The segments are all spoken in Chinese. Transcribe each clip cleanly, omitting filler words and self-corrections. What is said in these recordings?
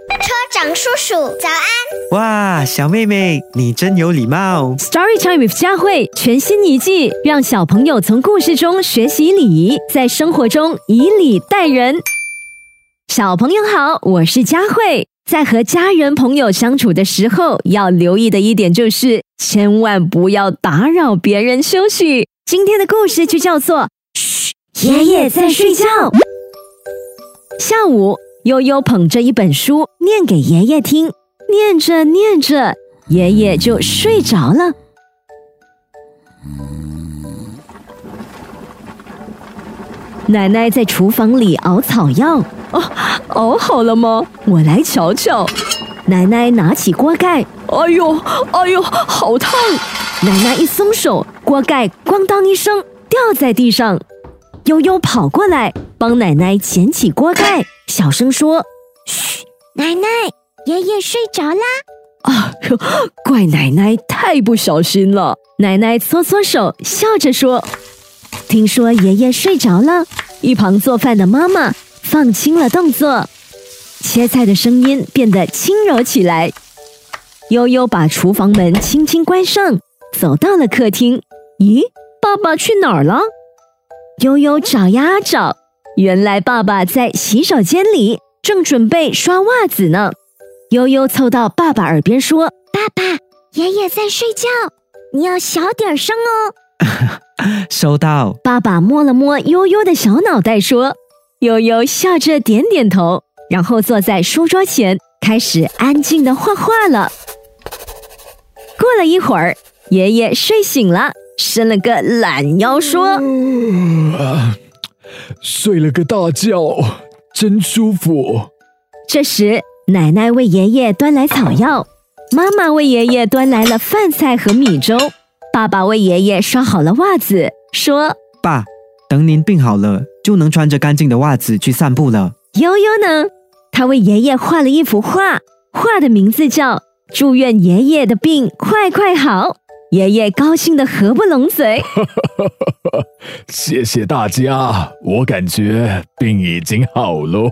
车长叔叔早安。 哇，小妹妹，你真有礼貌。 Storytime with 佳慧全新一季，让小朋友从故事中学习礼仪，在生活中以礼待人。小朋友好，我是佳慧。在和家人朋友相处的时候，要留意的一点就是千万不要打扰别人休息。今天的故事就叫做嘘，爷爷在睡觉。下午，悠悠捧着一本书念给爷爷听，念着念着，爷爷就睡着了。奶奶在厨房里熬草药。熬好了吗？我来瞧瞧。奶奶拿起锅盖，哎呦，好烫！奶奶一松手，锅盖咣当一声掉在地上。悠悠跑过来，帮奶奶捡起锅盖，小声说：“嘘，奶奶，爷爷睡着啦。”怪奶奶太不小心了。奶奶搓搓手，笑着说：“听说爷爷睡着了。”一旁做饭的妈妈放轻了动作，切菜的声音变得轻柔起来。悠悠把厨房门轻轻关上，走到了客厅。咦，爸爸去哪儿了？悠悠找呀找，原来爸爸在洗手间里，正准备刷袜子呢。悠悠凑到爸爸耳边说：“爸爸，爷爷在睡觉，你要小点声哦。” 收到。 爸爸摸了摸悠悠的小脑袋说。悠悠笑着点点头，然后坐在书桌前，开始安静地画画了。过了一会儿，爷爷睡醒了，伸了个懒腰说：“ 睡了个大觉，真舒服。” 这时，奶奶为爷爷端来草药，妈妈为爷爷端来了饭菜和米粥，爸爸为爷爷刷好了袜子，说：“ 爸，等您病好了，就能穿着干净的袜子去散步了。” 悠悠呢？他为爷爷画了一幅画，画的名字叫《祝愿爷爷的病快快好》。爷爷高兴得合不拢嘴。 谢谢大家，我感觉病已经好咯。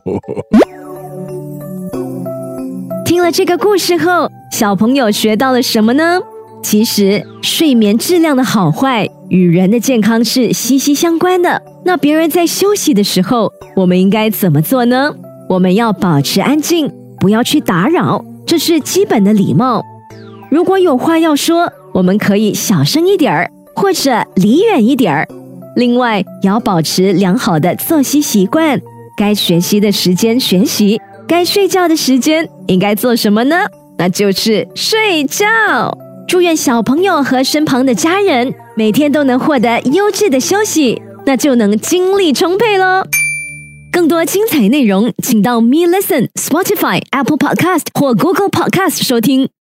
听了这个故事后，小朋友学到了什么呢？其实睡眠质量的好坏与人的健康是息息相关的。那别人在休息的时候，我们应该怎么做呢？我们要保持安静，不要去打扰，这是基本的礼貌。如果有话要说，我们可以小声一点儿，或者离远一点儿。另外，要保持良好的作息习惯，该学习的时间学习，该睡觉的时间应该做什么呢？那就是睡觉。祝愿小朋友和身旁的家人每天都能获得优质的休息，那就能精力充沛咯。更多精彩内容，请到 Me Listen、Spotify、Apple Podcast 或 Google Podcast 收听。